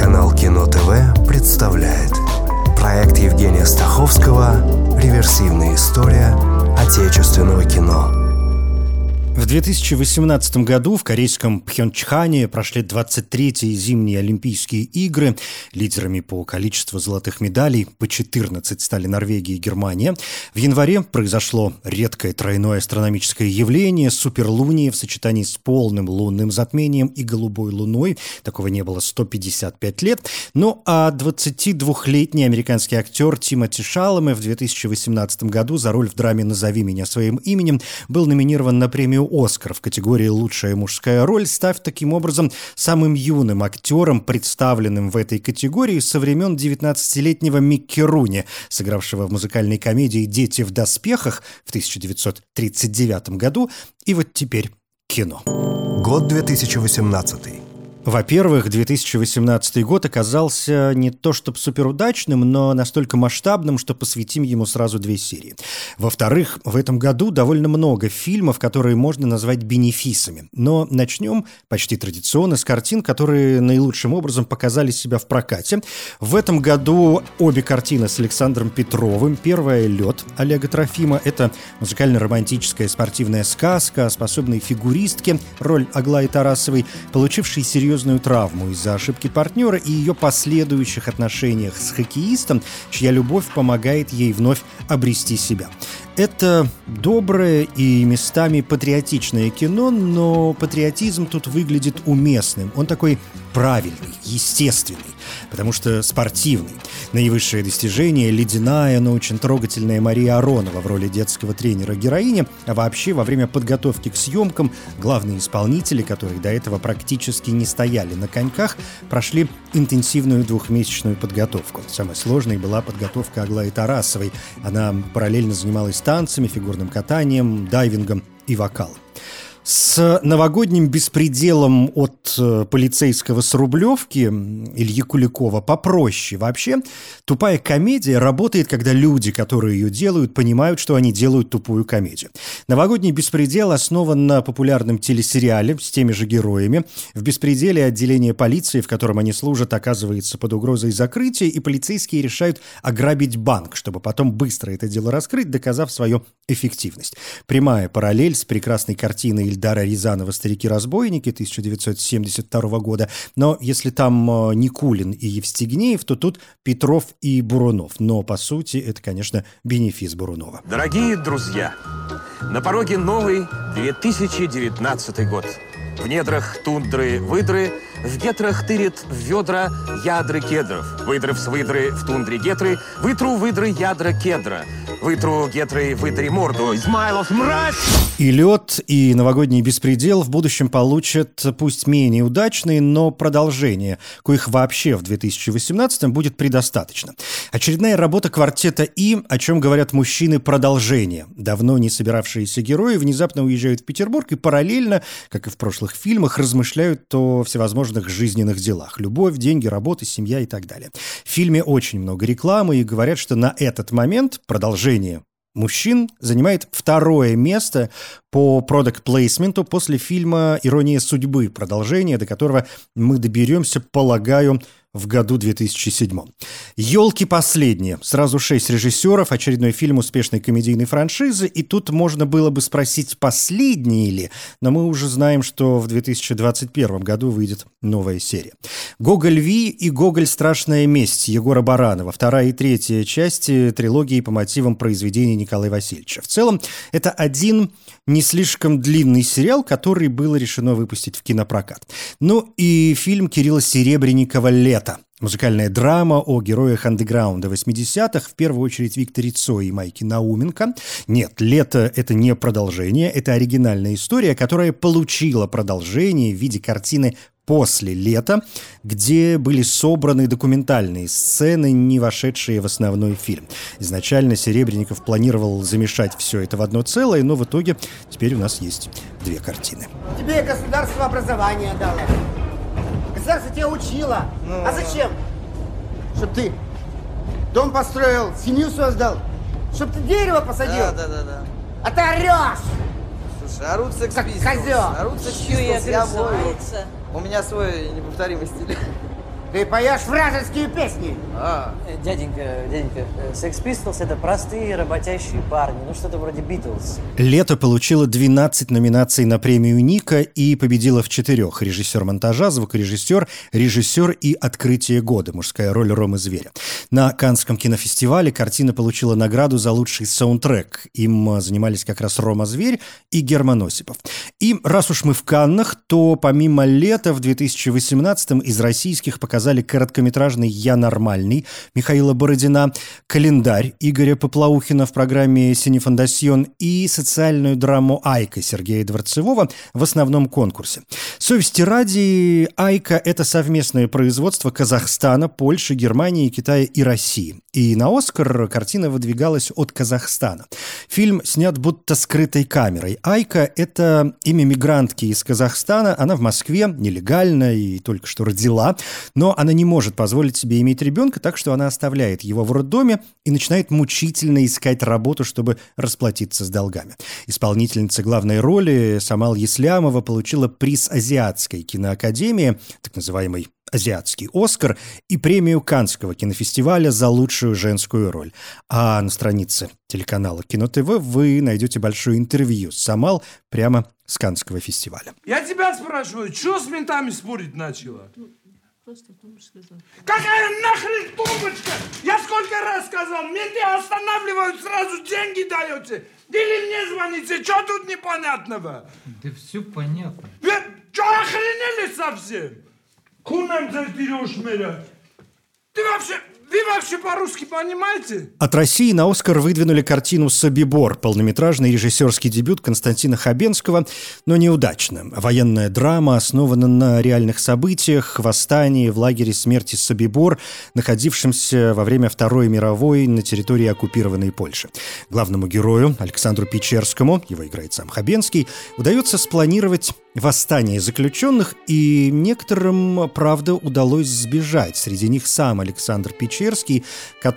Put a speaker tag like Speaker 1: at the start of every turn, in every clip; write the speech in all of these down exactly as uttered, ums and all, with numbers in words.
Speaker 1: Телеканал Кино ТВ представляет проект Евгения Стаховского «Реверсивная история отечественного кино».
Speaker 2: В две тысячи восемнадцатом году в корейском Пхёнчхане прошли двадцать третьи зимние Олимпийские игры. Лидерами по количеству золотых медалей по четырнадцать стали Норвегия и Германия. В январе произошло редкое тройное астрономическое явление – суперлуние в сочетании с полным лунным затмением и голубой луной. Такого не было сто пятьдесят пять лет. Ну а двадцатидвухлетний американский актер Тимоти Шаламе в две тысячи восемнадцатом году за роль в драме «Назови меня своим именем» был номинирован на премию «Оскар» в категории «Лучшая мужская роль», став таким образом самым юным актером, представленным в этой категории со времен девятнадцатилетнего Микки Руни, сыгравшего в музыкальной комедии «Дети в доспехах» в тысяча девятьсот тридцать девятом году. И вот теперь кино.
Speaker 1: Год две тысячи восемнадцатый.
Speaker 2: Во-первых, две тысячи восемнадцатый год оказался не то чтобы суперудачным, но настолько масштабным, что посвятим ему сразу две серии. Во-вторых, в этом году довольно много фильмов, которые можно назвать бенефисами. Но начнем почти традиционно с картин, которые наилучшим образом показали себя в прокате. В этом году обе картины с Александром Петровым. Первая «Лед» Олега Трофима. Это музыкально-романтическая спортивная сказка о способной фигуристке, роль Аглаи Тарасовой, получившей серьезную травму из-за ошибки партнера и ее последующих отношениях с хоккеистом, чья любовь помогает ей вновь обрести себя. Это доброе и местами патриотичное кино, но патриотизм тут выглядит уместным. Он такой правильный, естественный, потому что спортивный. Наивысшее достижение — ледяная, но очень трогательная Мария Аронова в роли детского тренера героини, а вообще во время подготовки к съемкам главные исполнители, которые до этого практически не стояли на коньках, прошли интенсивную двухмесячную подготовку. Самой сложной была подготовка Аглаи Тарасовой. Она параллельно занималась танцами, фигурным катанием, дайвингом и вокалом. С новогодним беспределом от э, полицейского с Рублевки Ильи Куликова попроще. Вообще, тупая комедия работает, когда люди, которые ее делают, понимают, что они делают тупую комедию. Новогодний беспредел основан на популярном телесериале с теми же героями. В «Беспределе» отделение полиции, в котором они служат, оказывается под угрозой закрытия, и полицейские решают ограбить банк, чтобы потом быстро это дело раскрыть, доказав свою эффективность. Прямая параллель с прекрасной картиной Ильдара Рязанова «Старики-разбойники» тысяча девятьсот семьдесят второго года. Но если там Никулин и Евстигнеев, то тут Петров и Бурунов. Но, по сути, это, конечно, бенефис Бурунова.
Speaker 3: Дорогие друзья, на пороге новый две тысячи девятнадцатый год. В недрах тундры-выдры, в гетрах тырит в ведра ядры кедров. Выдры с выдры в тундре гетры, вытру выдры ядра кедра. Вытру гетры выдри морду, Измайлов мразь!
Speaker 2: И «Лед», и «Новогодний беспредел» в будущем получат, пусть менее удачные, но продолжения, коих вообще в две тысячи восемнадцатом будет предостаточно. Очередная работа квартета «И», о чем говорят мужчины, продолжение. Давно не собиравшиеся герои внезапно уезжают в Петербург и параллельно, как и в прошлых фильмах, размышляют о всевозможных жизненных делах. Любовь, деньги, работа, семья и так далее. В фильме очень много рекламы, и говорят, что на этот момент продолжение мужчин занимает второе место по продакт-плейсменту после фильма «Ирония судьбы», продолжение, до которого мы доберемся, полагаю, в году две тысячи седьмом. «Елки последние». Сразу шесть режиссеров, очередной фильм успешной комедийной франшизы. И тут можно было бы спросить, последние ли, но мы уже знаем, что в две тысячи двадцать первом году выйдет новая серия. «Гоголь Ви» и «Гоголь. Страшная месть» Егора Баранова. Вторая и третья части трилогии по мотивам произведений Николая Васильевича. В целом, это один не слишком длинный сериал, который было решено выпустить в кинопрокат. Ну и фильм Кирилла Серебренникова «Лето». Музыкальная драма о героях андеграунда восьмидесятых, в первую очередь Викторе Цой и Майке Науменко. Нет, «Лето» — это не продолжение, это оригинальная история, которая получила продолжение в виде картины «После лета», где были собраны документальные сцены, не вошедшие в основной фильм. Изначально Серебренников планировал замешать все это в одно целое, но в итоге теперь у нас есть две картины.
Speaker 4: Тебе государство образование дало. Государство тебя учило. Ну, а зачем? Чтоб ты дом построил, семью создал, чтоб ты дерево посадил.
Speaker 5: Да, да, да, да.
Speaker 4: А ты орешь!
Speaker 5: Слушай, орут секс
Speaker 4: как
Speaker 5: Pistols.
Speaker 4: козел.
Speaker 5: Орут секс Pistols, я бою. У меня свой неповторимый стиль.
Speaker 4: Ты поешь вражеские песни.
Speaker 5: А,
Speaker 6: Дяденька, дяденька, Sex Pistols — это простые работящие парни, ну что-то вроде Beatles.
Speaker 2: «Лето» получило двенадцать номинаций на премию Ника и победила в четырех: режиссер монтажа, звукорежиссер, режиссер и открытие года, мужская роль Ромы Зверя. На Каннском кинофестивале картина получила награду за лучший саундтрек. Им занимались как раз Рома Зверь и Герман Осипов. И раз уж мы в Каннах, то помимо «Лета» в две тысячи восемнадцатом из российских показали короткометражный «Я нормальный» Михаила Бородина, «Календарь» Игоря Поплаухина в программе «Синефондасьон» и социальную драму «Айка» Сергея Дворцевого в основном конкурсе. Совести ради, «Айка» — это совместное производство Казахстана, Польши, Германии, Китая и России. И на «Оскар» картина выдвигалась от Казахстана. Фильм снят будто скрытой камерой. «Айка» — это имя мигрантки из Казахстана. Она в Москве нелегально и только что родила, но она не может позволить себе иметь ребенка, так что она оставляет его в роддоме и начинает мучительно искать работу, чтобы расплатиться с долгами. Исполнительница главной роли Самал Еслямова получила приз Азиатской киноакадемии, так называемый «Азиатский Оскар», и премию Каннского кинофестиваля за лучшую женскую роль. А на странице телеканала Кино ТВ вы найдете большое интервью с Самал прямо с Каннского фестиваля.
Speaker 7: Я тебя спрашиваю, что с ментами спорить начала? Просто тумбочка. Какая нахрен тумбочка? Я сколько раз сказал, менты останавливают, сразу деньги даете. Или мне звоните, что тут непонятного?
Speaker 8: Да все понятно.
Speaker 7: Вы что, охренели совсем? Кунам берешь меня? Ты вообще... Вы вообще по-русски понимаете?
Speaker 2: От России на «Оскар» выдвинули картину «Собибор», полнометражный режиссерский дебют Константина Хабенского, но неудачно. Военная драма основана на реальных событиях, восстании в лагере смерти Собибор, находившемся во время Второй мировой на территории оккупированной Польши. Главному герою, Александру Печерскому, его играет сам Хабенский, удается спланировать восстание заключенных, и некоторым, правда, удалось сбежать. Среди них сам Александр Печерский,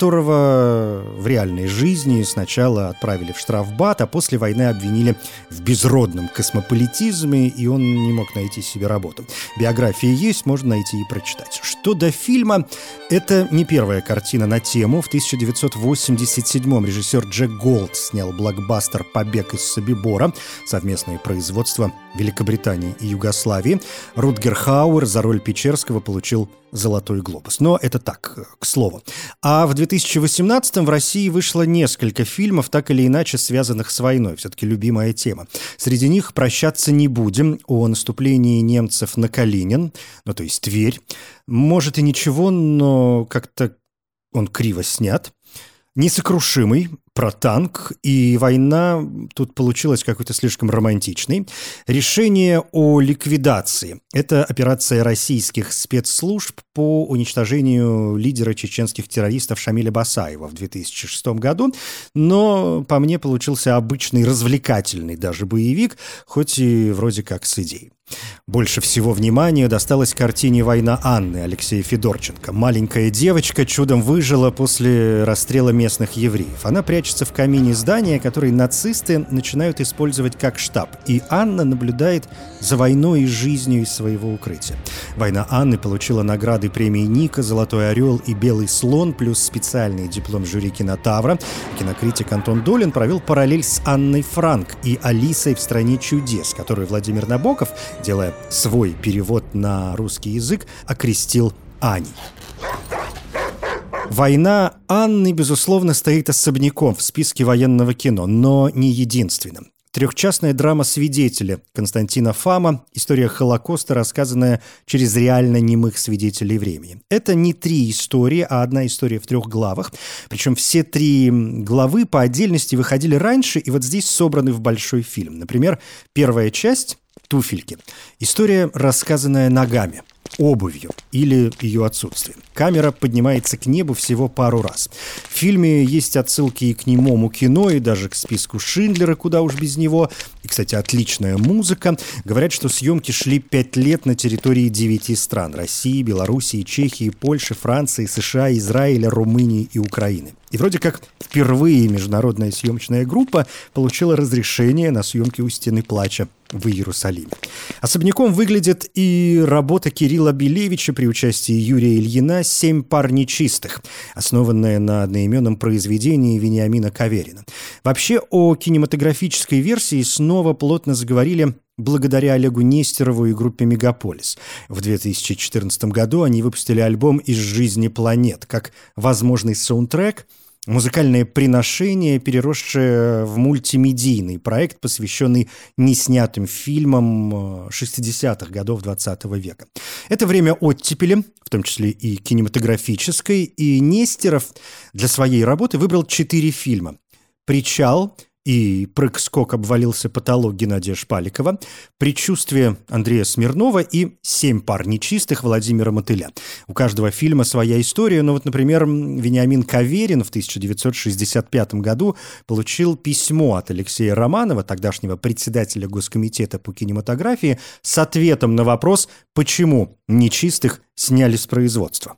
Speaker 2: которого в реальной жизни сначала отправили в штрафбат, а после войны обвинили в безродном космополитизме, и он не мог найти себе работу. Биография есть, можно найти и прочитать. Что до фильма, это не первая картина на тему. В тысяча девятьсот восемьдесят седьмом режиссер Джек Голд снял блокбастер «Побег из Собибора», совместное производство Великобритании и Югославии. Рутгер Хауэр за роль Печерского получил «Золотой глобус». Но это так, к слову. А в две тысячи восемнадцатом в России вышло несколько фильмов, так или иначе связанных с войной. Все-таки любимая тема. Среди них «Прощаться не будем», о наступлении немцев на Калинин, ну то есть Тверь. Может и ничего, но как-то он криво снят. «Несокрушимый», про танк, и война тут получилась какой-то слишком романтичной. «Решение о ликвидации» — это операция российских спецслужб по уничтожению лидера чеченских террористов Шамиля Басаева в две тысячи шестом году, но по мне получился обычный развлекательный даже боевик, хоть и вроде как с идеей. Больше всего внимания досталось картине «Война Анны» Алексея Федорченко. Маленькая девочка чудом выжила после расстрела местных евреев. Она прячется в камине здания, который нацисты начинают использовать как штаб. И Анна наблюдает за войной и жизнью из своего укрытия. «Война Анны» получила награды премии Ника, «Золотой орел» и «Белый слон», плюс специальный диплом жюри «Кинотавра». Кинокритик Антон Долин провел параллель с Анной Франк и Алисой в «Стране чудес», которую Владимир Набоков, делая свой перевод на русский язык, окрестил Аней. «Война Анны», безусловно, стоит особняком в списке военного кино, но не единственным. Трехчастная драма «Свидетели» Константина Фама, история Холокоста, рассказанная через реально немых свидетелей времени. Это не три истории, а одна история в трех главах. Причем все три главы по отдельности выходили раньше, и вот здесь собраны в большой фильм. Например, первая часть «Туфельки». История, рассказанная ногами, обувью или ее отсутствием. Камера поднимается к небу всего пару раз. В фильме есть отсылки и к немому кино, и даже к списку Шиндлера, куда уж без него. И, кстати, отличная музыка. Говорят, что съемки шли пять лет на территории девяти стран: России, Белоруссии, Чехии, Польши, Франции, США, Израиля, Румынии и Украины. И вроде как впервые международная съемочная группа получила разрешение на съемки «У стены плача» в Иерусалиме. Особняком выглядит и работа Кирилла Белевича при участии Юрия Ильина «Семь пар нечистых», основанная на одноименном произведении Вениамина Каверина. Вообще о кинематографической версии снова плотно заговорили благодаря Олегу Нестерову и группе «Мегаполис». В две тысячи четырнадцатом году они выпустили альбом «Из жизни планет» как возможный саундтрек, музыкальное приношение, переросшее в мультимедийный проект, посвященный неснятым фильмам шестидесятых годов двадцатого века. Это время оттепели, в том числе и кинематографической, и Нестеров для своей работы выбрал четыре фильма: «Причал» и «Прыг-скок обвалился потолок» Геннадия Шпаликова, «Предчувствие» Андрея Смирнова и «Семь пар нечистых» Владимира Мотыля. У каждого фильма своя история, но вот, например, Вениамин Каверин в тысяча девятьсот шестьдесят пятом году получил письмо от Алексея Романова, тогдашнего председателя Госкомитета по кинематографии, с ответом на вопрос, почему «Нечистых» сняли с производства.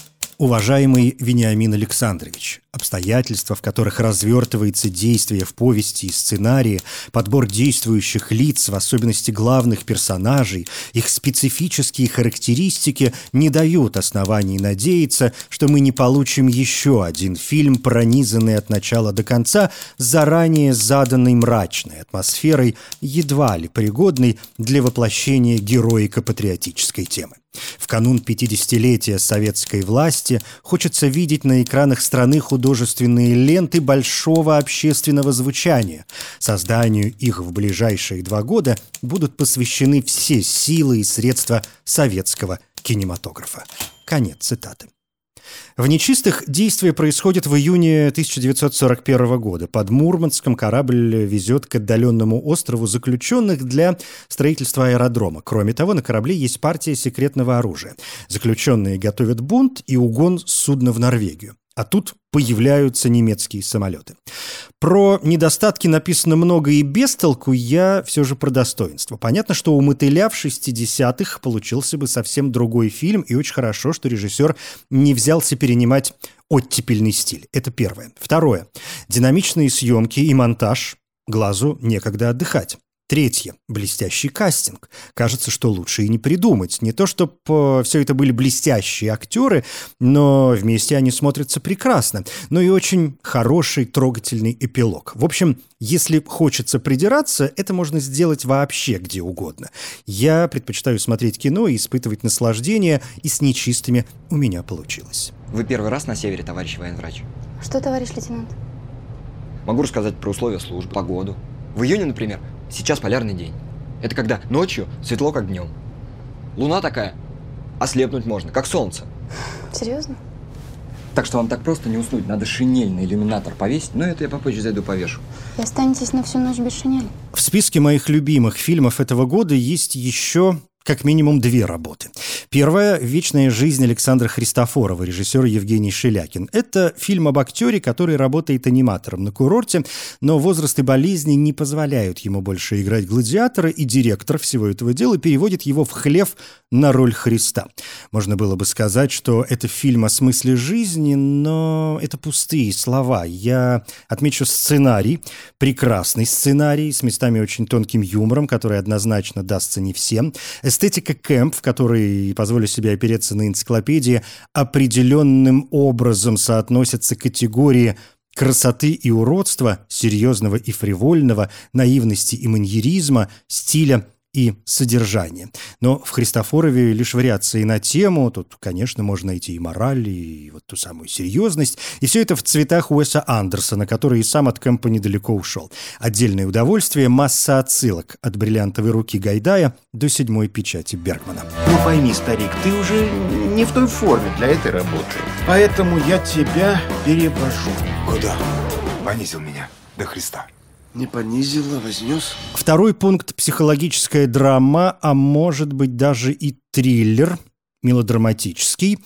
Speaker 2: Уважаемый Вениамин Александрович, обстоятельства, в которых развертывается действие в повести и сценарии, подбор действующих лиц, в особенности главных персонажей, их специфические характеристики не дают оснований надеяться, что мы не получим еще один фильм, пронизанный от начала до конца заранее заданной мрачной атмосферой, едва ли пригодной для воплощения героико-патриотической темы. В канун пятидесятилетия советской власти хочется видеть на экранах страны художественные ленты большого общественного звучания. Созданию их в ближайшие два года будут посвящены все силы и средства советского кинематографа. Конец цитаты. В «Нечистых» действие происходит в июне тысяча девятьсот сорок первого года. Под Мурманском корабль везет к отдаленному острову заключенных для строительства аэродрома. Кроме того, на корабле есть партия секретного оружия. Заключенные готовят бунт и угон судна в Норвегию. А тут появляются немецкие самолеты. Про недостатки написано много и без толку, я все же про достоинство. Понятно, что у Мотыля в шестидесятых получился бы совсем другой фильм, и очень хорошо, что режиссер не взялся перенимать оттепельный стиль. Это первое. Второе. Динамичные съемки и монтаж. Глазу некогда отдыхать. Третье. Блестящий кастинг. Кажется, что лучше и не придумать. Не то, чтобы все это были блестящие актеры, но вместе они смотрятся прекрасно. Но и очень хороший, трогательный эпилог. В общем, если хочется придираться, это можно сделать вообще где угодно. Я предпочитаю смотреть кино и испытывать наслаждение, и с «Нечистыми» у меня получилось.
Speaker 8: Вы первый раз на севере, товарищ военврач?
Speaker 9: Что, товарищ лейтенант?
Speaker 8: Могу рассказать про условия службы, погоду. В июне, например, сейчас полярный день. Это когда ночью светло, как днем. Луна такая, ослепнуть можно, как солнце.
Speaker 9: Серьезно?
Speaker 8: Так что вам так просто не уснуть. Надо шинель на иллюминатор повесить. Но это я попозже зайду повешу.
Speaker 9: И останетесь на всю ночь без шинели?
Speaker 2: В списке моих любимых фильмов этого года есть еще как минимум две работы. Первая – «Вечная жизнь» Александра Христофорова, режиссер Евгений Шелякин. Это фильм об актере, который работает аниматором на курорте, но возраст и болезни не позволяют ему больше играть гладиатора, и директор всего этого дела переводит его в хлев на роль Христа. Можно было бы сказать, что это фильм о смысле жизни, но это пустые слова. Я отмечу сценарий, прекрасный сценарий, с местами очень тонким юмором, который однозначно дастся не всем. Эстетика кэмп, в которой, позволю себе опереться на энциклопедии, определенным образом соотносятся категории красоты и уродства, серьезного и фривольного, наивности и маньеризма, стиля и содержание. Но в Христофорове лишь вариации на тему. Тут, конечно, можно найти и мораль, и вот ту самую серьезность. И все это в цветах Уэса Андерсона, который и сам от кэмпа недалеко ушел. Отдельное удовольствие, масса отсылок от «Бриллиантовой руки» Гайдая до «Седьмой печати» Бергмана.
Speaker 10: Ну пойми, старик, ты уже не в той форме для этой работы. Поэтому я тебя перевожу.
Speaker 11: Куда? Понизил меня до Христа.
Speaker 10: Не понизил, а вознес.
Speaker 2: Второй пункт – психологическая драма, а может быть даже и триллер, мелодраматический.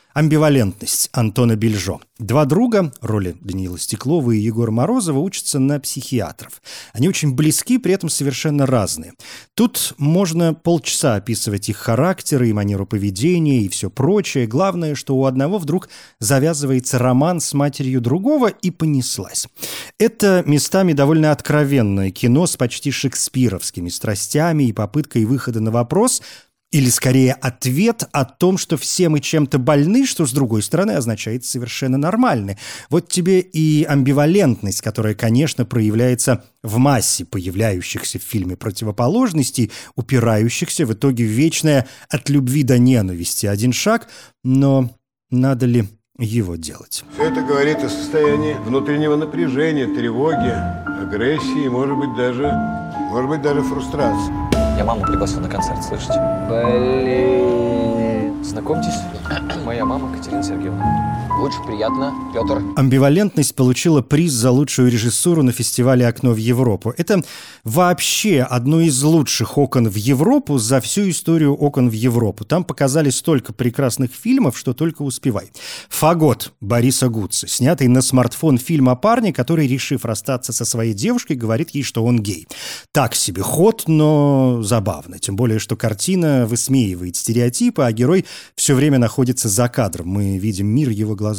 Speaker 2: «Амбивалентность» Антона Бельжо. Два друга, роли Даниила Стеклова и Егора Морозова, учатся на психиатров. Они очень близки, при этом совершенно разные. Тут можно полчаса описывать их характеры и манеру поведения и все прочее. Главное, что у одного вдруг завязывается роман с матерью другого, и понеслась. Это местами довольно откровенное кино с почти шекспировскими страстями и попыткой выхода на вопрос – или, скорее, ответ о том, что все мы чем-то больны, что, с другой стороны, означает совершенно нормально. Вот тебе и амбивалентность, которая, конечно, проявляется в массе появляющихся в фильме противоположностей, упирающихся в итоге в вечное «от любви до ненависти» один шаг, но надо ли его делать?
Speaker 12: Все это говорит о состоянии внутреннего напряжения, тревоги, агрессии, может быть, даже, может быть, даже фрустрации.
Speaker 8: Я маму пригласил на концерт, слышите? Блин. Знакомьтесь, моя мама Катерина Сергеевна. Очень приятно, Петр.
Speaker 2: «Амбивалентность» получила приз за лучшую режиссуру на фестивале «Окно в Европу». Это вообще одно из лучших окон в Европу за всю историю окон в Европу. Там показали столько прекрасных фильмов, что только успевай. «Фагот» Бориса Гудца, снятый на смартфон фильм о парне, который, решив расстаться со своей девушкой, говорит ей, что он гей. Так себе ход, но забавно. Тем более, что картина высмеивает стереотипы, а герой все время находится за кадром. Мы видим мир его глазами.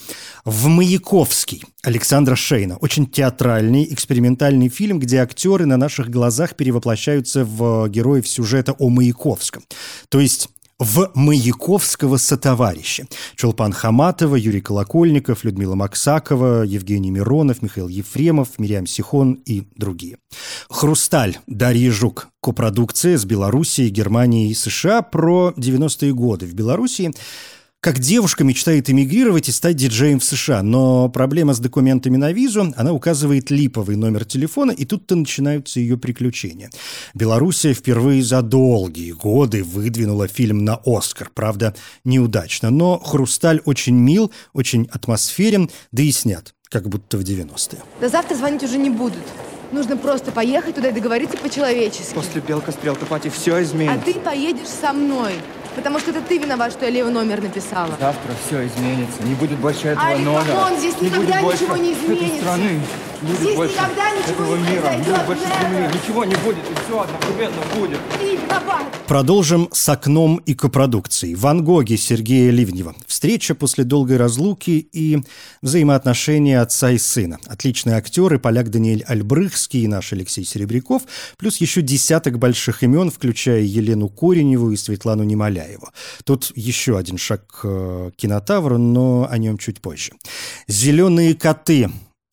Speaker 2: В «Маяковский» Александра Шейна. Очень театральный, экспериментальный фильм, где актеры на наших глазах перевоплощаются в героев сюжета о Маяковском. То есть в Маяковского сотоварища. Чулпан Хаматова, Юрий Колокольников, Людмила Максакова, Евгений Миронов, Михаил Ефремов, Мириам Сихон и другие. «Хрусталь» Дарьи Жук. Копродукция с Белоруссией, Германией и США про девяностые годы в Белоруссии. Как девушка мечтает эмигрировать и стать диджеем в США, но проблема с документами на визу, она указывает липовый номер телефона, и тут-то начинаются ее приключения. Белоруссия впервые за долгие годы выдвинула фильм на «Оскар», правда, неудачно, но «Хрусталь» очень мил, очень атмосферен, да и снят, как будто в девяностые.
Speaker 13: До завтра звонить уже не будут. Нужно просто поехать туда и договориться по-человечески.
Speaker 5: После белка-стрелка-пати все изменится.
Speaker 13: А ты поедешь со мной. Потому что это ты виноват, что я левый номер написала.
Speaker 5: Завтра все изменится. Не будет больше этого
Speaker 13: Али,
Speaker 5: номера.
Speaker 13: Камон, здесь
Speaker 5: не
Speaker 13: никогда
Speaker 5: будет
Speaker 13: ничего не
Speaker 5: этой
Speaker 13: изменится.
Speaker 5: Страны. Не будет
Speaker 13: Здесь
Speaker 5: больше
Speaker 13: никогда ничего
Speaker 5: этого
Speaker 13: не
Speaker 5: мира.
Speaker 13: произойдет.
Speaker 5: Не будет больше земли. Ничего не будет. И все одновременно будет.
Speaker 13: Ты виноват.
Speaker 2: Продолжим с «Окном» и копродукцией. «Ван Гоги» Сергея Ливнева. Встреча после долгой разлуки и взаимоотношения отца и сына. Отличные актеры: поляк Даниэль Альбрыхский и наш Алексей Серебряков, плюс еще десяток больших имен, включая Елену Кореневу и Светлану Немоляеву. Тут еще один шаг к кинотавру, но о нем чуть позже. «Зеленые коты»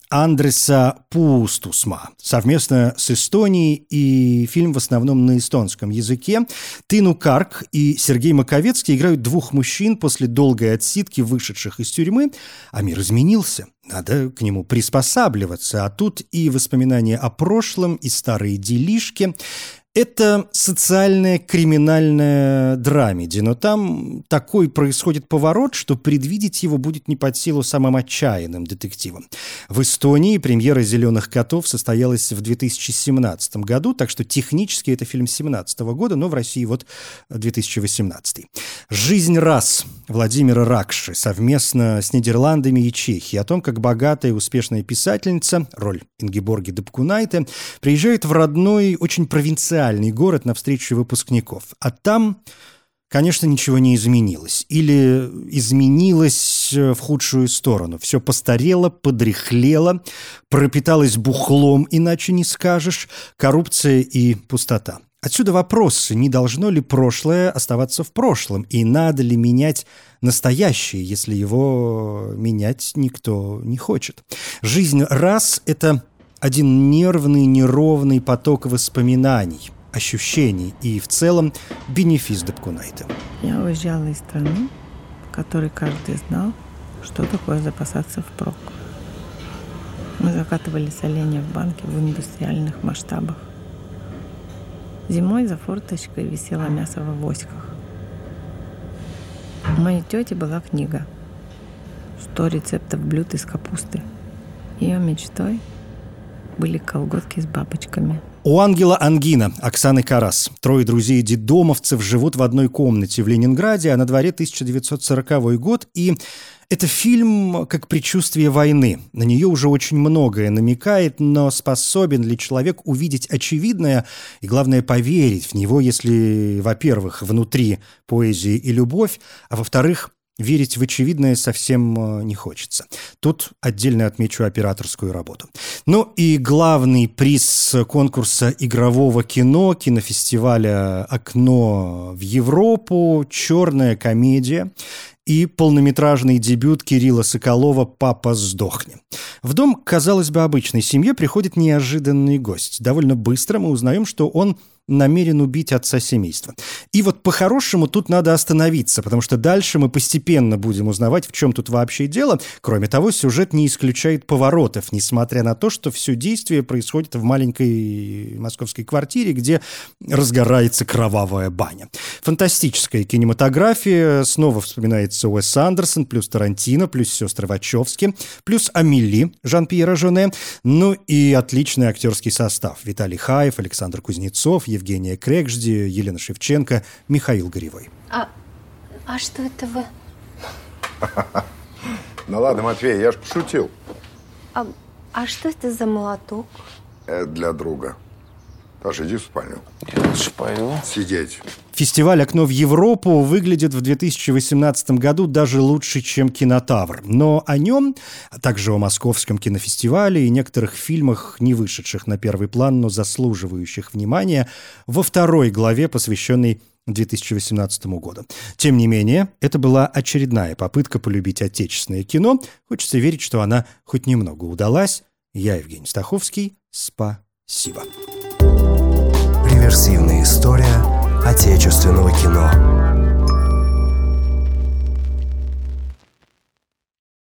Speaker 2: Андреса Пуустусма совместно с Эстонией, и фильм в основном на эстонском языке. Тыну Карк и Сергей Маковецкий играют двух мужчин после долгой отсидки, вышедших из тюрьмы, а мир изменился. Надо к нему приспосабливаться, а тут и воспоминания о прошлом, и старые делишки. Это социальная криминальная драмеди, но там такой происходит поворот, что предвидеть его будет не под силу самым отчаянным детективам. В Эстонии премьера «Зеленых котов» состоялась в две тысячи семнадцатом году, так что технически это фильм семнадцатого года, но в России вот две тысячи восемнадцатый. «Жизнь раз» Владимира Ракши совместно с Нидерландами и Чехией о том, как богатая и успешная писательница, роль Ингеборги Депкунайте, приезжает в родной, очень провинциальный город на встречу выпускников. А там, конечно, ничего не изменилось. Или изменилось в худшую сторону. Все постарело, подряхлело, пропиталось бухлом, иначе не скажешь, коррупция и пустота. Отсюда вопрос, не должно ли прошлое оставаться в прошлом, и надо ли менять настоящее, если его менять никто не хочет. «Жизнь раз» — это один нервный, неровный поток воспоминаний, ощущений и в целом бенефис Депкунайте.
Speaker 14: Я уезжала из страны, в которой каждый знал, что такое запасаться впрок. Мы закатывали соленья в банке в индустриальных масштабах. Зимой за форточкой висело мясо в авоськах. У моей тети была книга «сто рецептов блюд из капусты». Ее мечтой были колготки с бабочками.
Speaker 2: У ангела ангина Оксаны Карас. Трое друзей-детдомовцев живут в одной комнате в Ленинграде, а на дворе тысяча девятьсот сороковой год, и это фильм как предчувствие войны. На нее уже очень многое намекает, но способен ли человек увидеть очевидное и, главное, поверить в него, если, во-первых, внутри поэзия и любовь, а во-вторых, верить в очевидное совсем не хочется. Тут отдельно отмечу операторскую работу. Ну и главный приз конкурса игрового кино, кинофестиваля «Окно в Европу», черная комедия и полнометражный дебют Кирилла Соколова «Папа, сдохни». В дом, казалось бы, обычной семье приходит неожиданный гость. Довольно быстро мы узнаем, что он намерен убить отца семейства. И вот по-хорошему тут надо остановиться, потому что дальше мы постепенно будем узнавать, в чем тут вообще дело. Кроме того, сюжет не исключает поворотов, несмотря на то, что все действие происходит в маленькой московской квартире, где разгорается кровавая баня. Фантастическая кинематография. Снова вспоминается Уэс Андерсон, плюс Тарантино, плюс сестры Вачовски, плюс Амели Жан-Пьера Жоне. Ну и отличный актерский состав. Виталий Хаев, Александр Кузнецов, Евгения Крекжди, Елена Шевченко, Михаил Горевой.
Speaker 15: А, а что это вы?
Speaker 11: Ну ладно, Матвей, я ж пошутил.
Speaker 15: А, а что это за молоток?
Speaker 11: Это для друга. Паша, иди в спальню.
Speaker 5: Я лучше пойду.
Speaker 11: Сидеть.
Speaker 2: Фестиваль «Окно в Европу» выглядит в две тысячи восемнадцатом году даже лучше, чем «Кинотавр». Но о нем, а также о Московском кинофестивале и некоторых фильмах, не вышедших на первый план, но заслуживающих внимания, во второй главе, посвященной две тысячи восемнадцатому году. Тем не менее, это была очередная попытка полюбить отечественное кино. Хочется верить, что она хоть немного удалась. Я, Евгений Стаховский. Спасибо.
Speaker 1: Реверсивная история отечественного кино.